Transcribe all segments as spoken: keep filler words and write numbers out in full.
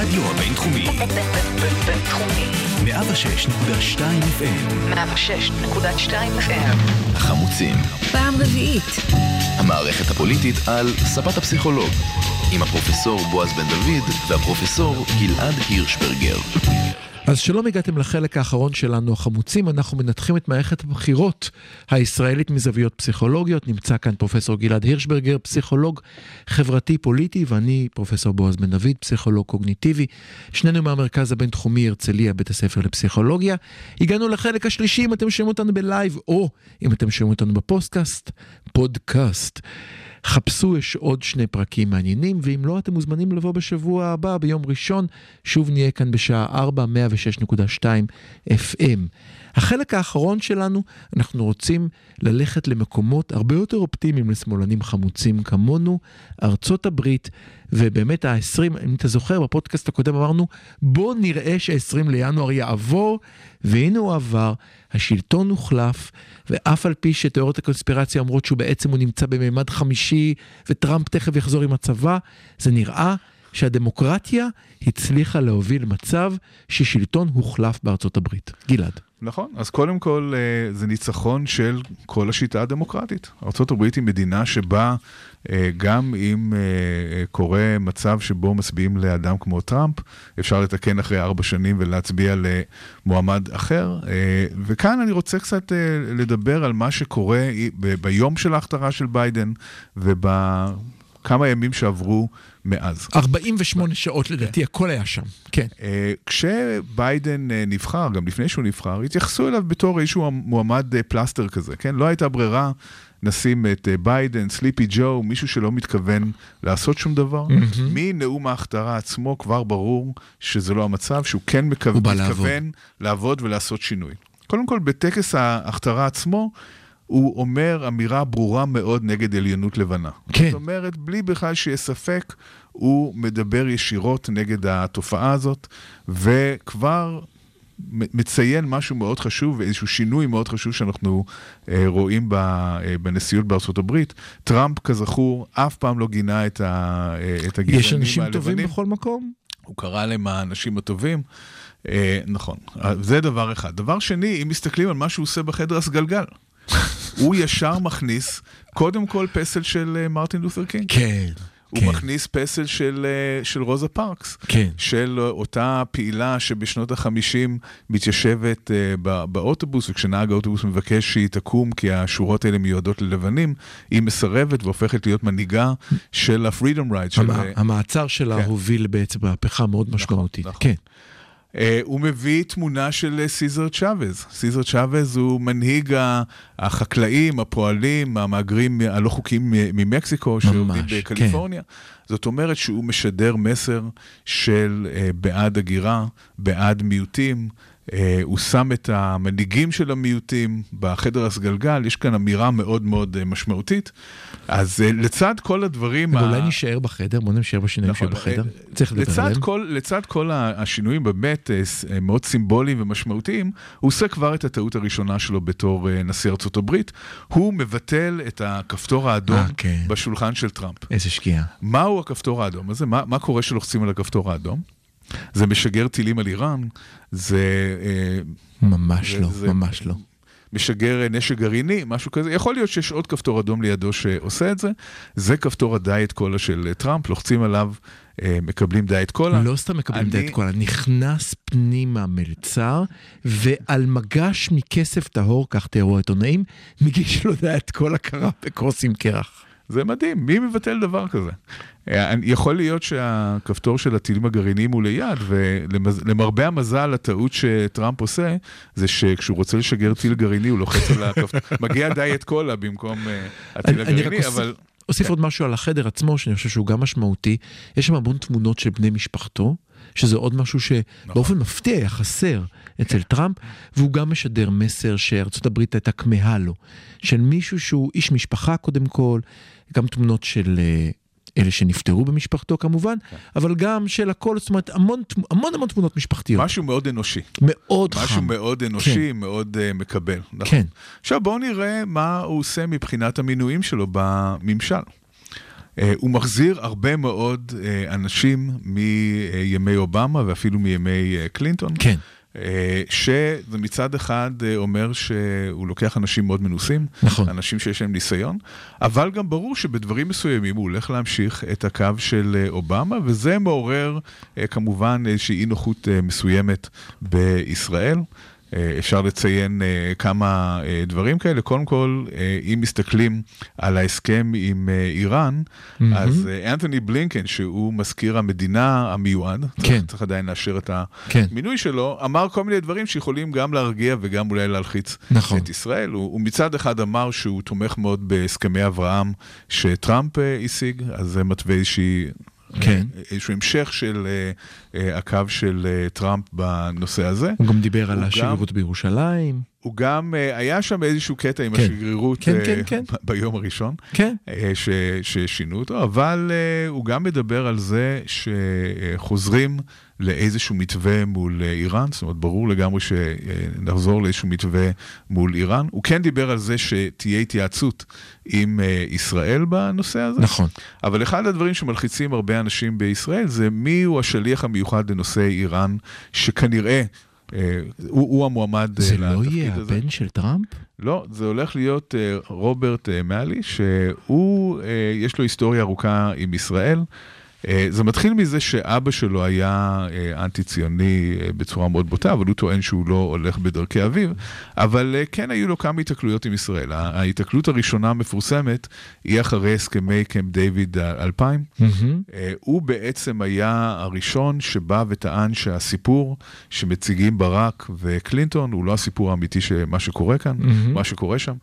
הרדיו הבינתחומי. בינתחומי. מאה ושש נקודה שתיים אף אם. מאה ושש נקודה שתיים אף אם. החמוצים. פעם רביעית. המערכת הפוליטית על ספת הפסיכולוג. עם הפרופסור בועז בן דוד והפרופסור גלעד הירשברגר. אז שלום, הגעתם לחלק האחרון שלנו, החמוצים. אנחנו מנתחים את מערכת הבחירות הישראלית מזוויות פסיכולוגיות. נמצא כאן פרופסור גלעד הירשברגר, פסיכולוג חברתי פוליטי, ואני פרופסור בועז בן דוד, פסיכולוג קוגניטיבי. שנינו מהמרכז הבינתחומי הרצליה, בית הספר לפסיכולוגיה. הגענו לחלק השלישי, אם אתם שומעים אותנו בלייב, או אם אתם שומעים אותנו בפודקאסט, פודקאסט. חפשו, יש עוד שני פרקים מעניינים, ואם לא, אתם מוזמנים לבוא בשבוע הבא, ביום ראשון, שוב נהיה כאן בשעה ארבע, מאה ושש נקודה שתיים אף אם. החלק האחרון שלנו, אנחנו רוצים ללכת למקומות הרבה יותר אופטימיים לשמאלנים חמוצים כמונו, ארצות הברית, ובאמת ה-עשרים, אם אתה זוכר, בפודקאסט הקודם אמרנו, בוא נראה ש-עשרים לינואר יעבור, והנה הוא עבר, השלטון הוחלף, ואף על פי שתיאוריות הקונספירציה אומרות שהוא בעצם הוא נמצא בממד חמישי, וטראמפ תכף יחזור עם הצבא, זה נראה שהדמוקרטיה הצליחה להוביל מצב ששלטון הוחלף בארצות הברית. גלעד. נכון, אז קודם כל זה ניצחון של כל השיטה הדמוקרטית. ארצות הברית היא מדינה שבה גם אם קורה מצב שבו מצביעים לאדם כמו טראמפ, אפשר לתקן אחרי ארבע שנים ולהצביע למועמד אחר. וכאן אני רוצה קצת לדבר על מה שקורה ביום של ההכתרה של ביידן ובכמה ימים שעברו מאז. ארבעים ושמונה שעות לדעתי, הכל היה שם. כן. כשביידן נבחר, גם לפני שהוא נבחר, התייחסו אליו בתור איזשהו מועמד פלסטר כזה, כן? לא הייתה ברירה, נשים את ביידן, סליפי ג'ו, מישהו שלא מתכוון לעשות שום דבר. מנאום ההכתרה עצמו כבר ברור שזה לא המצב, שהוא כן מתכוון לעבוד ולעשות שינוי. קודם כל, בטקס ההכתרה עצמו, הוא אומר אמירה ברורה מאוד נגד עליונות לבנה. כן. זאת אומרת, בלי בכלל שיהיה ספק, הוא מדבר ישירות נגד התופעה הזאת, וכבר מציין משהו מאוד חשוב, ואיזשהו שינוי מאוד חשוב שאנחנו אה, רואים בנשיאות בארצות הברית. טראמפ, כזכור, אף פעם לא גינה את, ה, את הגזענים. יש אנשים טובים בכל מקום? הוא קרא להם האנשים הטובים. אה, נכון. זה דבר אחד. דבר שני, אם מסתכלים על מה שהוא עושה בחדר הסגלגל, הוא ישר מכניס, קודם כל פסל של מרטין לותר קינג. כן. הוא כן. מכניס פסל של, של רוזה פארקס. כן. של אותה פעילה שבשנות החמישים מתיישבת בא, באוטובוס, וכשנהג האוטובוס מבקש שהיא תקום, כי השורות האלה מיועדות ללבנים, היא מסרבת והופכת להיות מנהיגה של ה-Freedom Ride. של... המעצר שלה כן. הוביל בעצם מהפכה מאוד משמעותית. נכון, נכון. כן. Uh, הוא מביא תמונה של סיזר צ'אבז. סיזר צ'אבז הוא מנהיג החקלאים, הפועלים, המהגרים הלא חוקיים ממקסיקו, שעובדים בקליפורניה. כן. זאת אומרת שהוא משדר מסר של uh, בעד הגירה, בעד מיעוטים, Uh, הוא שם את המנהיגים של המיעוטים בחדר הסגלגל, יש כאן אמירה מאוד מאוד uh, משמעותית. אז uh, לצד כל הדברים... אבל אולי נשאר בחדר, בוא נשאר בשינויים נכון, שבחדר. Uh, צריך לדבר עליהם. כל, לצד כל השינויים באמת uh, מאוד סימבוליים ומשמעותיים, הוא עושה כבר את הטעות הראשונה שלו בתור uh, נשיא ארצות הברית. הוא מבטל את הכפתור האדום 아, כן. בשולחן של טראמפ. איזה שקיעה. מהו הכפתור האדום הזה? מה, מה קורה שלוחצים על הכפתור האדום? זה משגר טילים על איראן, זה... ממש לא, ממש לא. משגר נשק גרעיני, משהו כזה. יכול להיות שיש עוד כפתור אדום לידו שעושה את זה. זה כפתור הדיאט קולה של טראמפ, לוחצים עליו, מקבלים דיאט קולה. לא סתם מקבלים דיאט קולה, נכנס פנימה מלצר, ועל מגש מכסף טהור, כך תיארו עיתונאים, מגיש לו דיאט קולה קרה בקרוס עם קרח. זה מדהים, מי מבטל דבר כזה? יכול להיות שהכפתור של הטילים הגרעיניים הוא ליד, ולמרבה המזל, הטעות שטראמפ עושה, זה שכשהוא רוצה לשגר טיל גרעיני, הוא לוחץ על הכפתור, מגיע דיאט קולה במקום הטיל הגרעיני, אבל... אוסיף עוד משהו על החדר עצמו, שאני חושב שהוא גם משמעותי, יש שם המון תמונות של בני משפחתו, שזה עוד משהו שבאופן מפתיע היה חסר אצל טראמפ, והוא גם משדר מסר שארצות הברית הייתה כמהה לו, של מישהו שהוא איש משפחה קודם כל, גם תמונות של אלה שנפטרו במשפחתו כמובן, אבל גם של הכל, זאת אומרת, המון המון, המון תמונות משפחתיות. משהו מאוד אנושי. מאוד חם. משהו מאוד אנושי, מאוד מקבל. כן. עכשיו בואו נראה מה הוא עושה מבחינת המינויים שלו בממשל. הוא מחזיר הרבה מאוד אנשים מימי אובמה ואפילו מימי קלינטון. כן. שזה מצד אחד אומר שהוא לוקח אנשים מאוד מנוסים, נכון. אנשים שיש להם ניסיון, אבל גם ברור שבדברים מסוימים הוא הולך להמשיך את הקו של אובמה, וזה מעורר כמובן איזושהי אי נוחות מסוימת בישראל. אפשר לציין כמה דברים כאלה. קודם כל, אם מסתכלים על ההסכם עם איראן, mm-hmm. אז אנתוני בלינקן, שהוא מזכיר המדינה המיועד, כן. צריך עדיין לאשר את המינוי כן. שלו, אמר כל מיני דברים שיכולים גם להרגיע וגם אולי להלחיץ נכון. את ישראל. הוא, הוא מצד אחד אמר שהוא תומך מאוד בהסכמי אברהם שטראמפ השיג, אז זה מתווה איזושהי... כן. איזשהו המשך של uh, uh, הקו של uh, טראמפ בנושא הזה. הוא גם דיבר על השגרירות בירושלים. הוא גם, uh, היה שם איזשהו קטע עם כן. השגרירות כן, uh, כן, כן. ב- ביום הראשון, כן. uh, ש- ששינו אותו, אבל uh, הוא גם מדבר על זה שחוזרים לאיזשהו מתווה מול איראן, זאת אומרת, ברור לגמרי שנחזור לאיזשהו מתווה מול איראן. הוא כן דיבר על זה שתהיה התייעצות עם ישראל בנושא הזה. נכון. אבל אחד הדברים שמלחיצים הרבה אנשים בישראל, זה מי הוא השליח המיוחד לנושא איראן, שכנראה הוא, הוא המועמד לתפקיד הזה. זה לא יהיה הבן של טראמפ? לא, זה הולך להיות רוברט מאלי, שהוא, יש לו היסטוריה ארוכה עם ישראל, זה מתחיל מזה שאבא שלו היה אנטי-ציוני בצורה מאוד בוטה, אבל הוא טוען שהוא לא הולך בדרכי אביו, אבל כן היו לו כמה התקלויות עם ישראל. ההתקלות הראשונה המפורסמת היא אחרי הסכמי קמפ דיוויד אלפיים. הוא בעצם היה הראשון שבא וטען שהסיפור שמציגים ברק וקלינטון הוא לא הסיפור האמיתי שמה שקורה כאן, מה שקורה שם.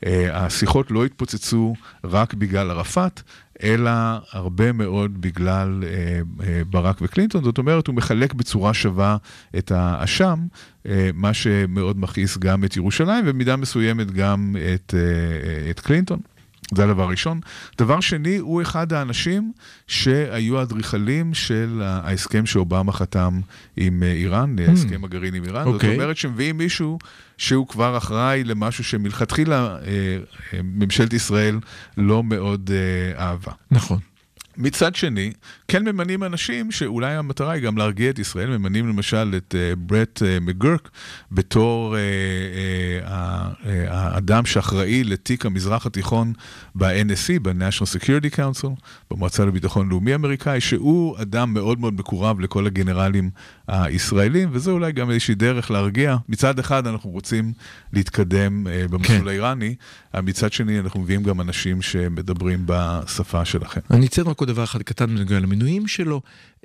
השיחות לא התפוצצו רק בגלל ערפאת, אלא הרבה מאוד בגלל אה, אה, ברק וקלינטון. זאת אומרת, הוא מחלק בצורה שווה את האשם, אה, מה שמאוד מכעיס גם את ירושלים, ובמידה מסוימת גם את, אה, את קלינטון. זה הדבר הראשון. דבר שני, הוא אחד האנשים שהיו אדריכלים של ההסכם שאובמה חתם עם איראן, הסכם הגרעין עם איראן. Okay. זאת אומרת שמביאים מישהו שהוא כבר אחראי למשהו שמלכתחילה ממשלת ישראל לא מאוד אהבה. נכון. מצד שני, כן ממנים אנשים שאולי המטרה היא גם להרגיע את ישראל, ממנים למשל את uh, ברט uh, מגורק בתור uh, uh, uh, האדם שאחראי לתיק המזרח התיכון ב-אן אס סי, ב-National Security Council, במועצה לביטחון לאומי אמריקאי, שהוא אדם מאוד מאוד מקורב לכל הגנרלים הישראלים, וזה אולי גם איזושהי דרך להרגיע. מצד אחד אנחנו רוצים להתקדם uh, במסלול כן. האיראני, מצד שני אנחנו מביאים גם אנשים שמדברים בשפה שלכם. אני אציין רק עוד דבר אחד קטן בנוגע למינויים שלו,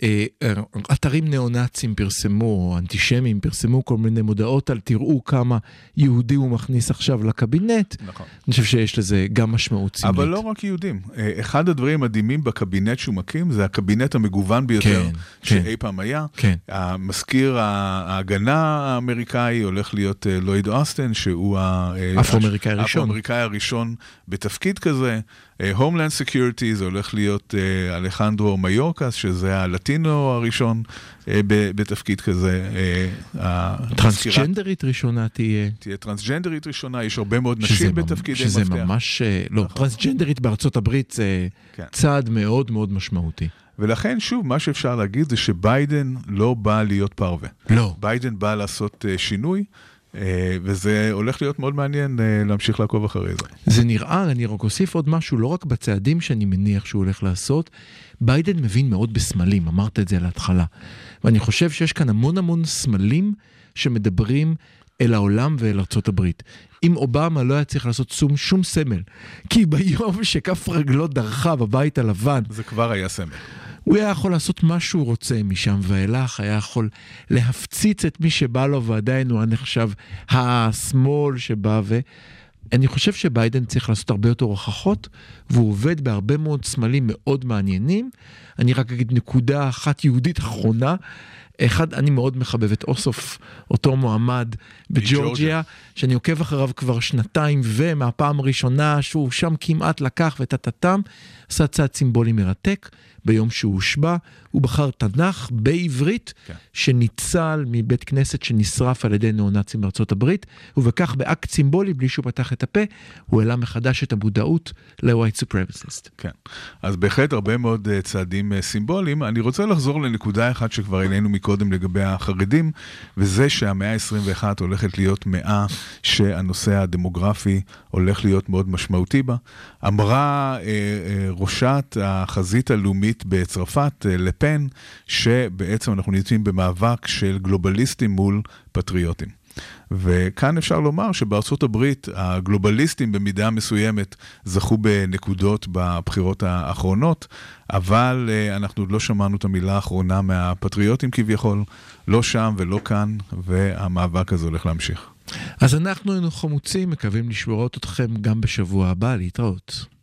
אתרים נאו-נאצים פרסמו, או אנטישמים פרסמו כל מיני מודעות על תראו כמה יהודי הוא מכניס עכשיו לקבינט. נכון. אני חושב שיש לזה גם משמעות סמלית. אבל לא רק יהודים. אחד הדברים מדהימים בקבינט שהוא מקים, זה הקבינט המגוון ביותר כן, שאי כן. פעם היה. כן. המזכיר ההגנה האמריקאי הולך להיות לויד אוסטן, שהוא האפרו-אמריקאי הראשון. האפרו-אמריקאי הראשון בתפקיד כזה. הומלנד סקיוריטי, זה הולך להיות אלחנדרו מיורקס, שזה הלטינו הראשון בתפקיד כזה. טרנסג'נדרית ראשונה תהיה. תהיה טרנסג'נדרית ראשונה, יש הרבה מאוד נשים בתפקידי מפתח. שזה ממש, לא, טרנסג'נדרית בארצות הברית זה צעד מאוד מאוד משמעותי. ולכן, שוב, מה שאפשר להגיד זה שביידן לא בא להיות פרווה. לא. ביידן בא לעשות שינוי, וזה הולך להיות מאוד מעניין להמשיך לעקוב אחרי זה. זה נראה, אני רק אוסיף עוד משהו, לא רק בצעדים שאני מניח שהוא הולך לעשות, ביידן מבין מאוד בסמלים, אמרת את זה להתחלה. ואני חושב שיש כאן המון המון סמלים שמדברים אל העולם ואל ארצות הברית. אם אובמה לא היה צריך לעשות שום, שום סמל, כי ביום שכף רגלו דרכה בבית הלבן, זה כבר היה סמל. הוא היה יכול לעשות מה שהוא רוצה משם ואילך, היה יכול להפציץ את מי שבא לו, ועדיין הוא נחשב השמאל שבא, ואני חושב שביידן צריך לעשות הרבה יותר הוכחות, והוא עובד בהרבה מאוד סמלים מאוד מעניינים. אני רק אגיד נקודה אחת יהודית אחרונה, אחד, אני מאוד מחבב את אוסוף, אותו מועמד בג'ורג'יה, שאני עוקב אחריו כבר שנתיים, ומהפעם הראשונה שהוא שם כמעט לקח ותתתם, עשה צעד סימבולי מרתק, ביום שהוא הושבע, הוא בחר תנ"ך בעברית, כן. שניצל מבית כנסת שנשרף על ידי נאו-נאצים בארצות הברית, ובכך באקט סימבולי, בלי שהוא פתח את הפה, הוא העלה מחדש את המודעות ל-white supremacist. כן, אז בהחלט הרבה מאוד צעדים סימבוליים. אני רוצה לחזור לנקודה אחת שכבר העלינו מקודם לגבי החרדים, וזה שהמאה ה-עשרים ואחת הולכת להיות מאה שהנושא הדמוגרפי הולך להיות מאוד משמעותי בה. אמרה אה, אה, ראשת החזית הלאומית בצרפת, אה, לפן, שבעצם אנחנו נמצאים במאבק של גלובליסטים מול פטריוטים. וכאן אפשר לומר שבארצות הברית הגלובליסטים במידה מסוימת זכו בנקודות בבחירות האחרונות, אבל אנחנו עוד לא שמענו את המילה האחרונה מהפטריוטים כביכול, לא שם ולא כאן, והמאבק הזה הולך להמשיך. אז אנחנו היינו חמוצים, מקווים לשמוע אתכם גם בשבוע הבא, להתראות.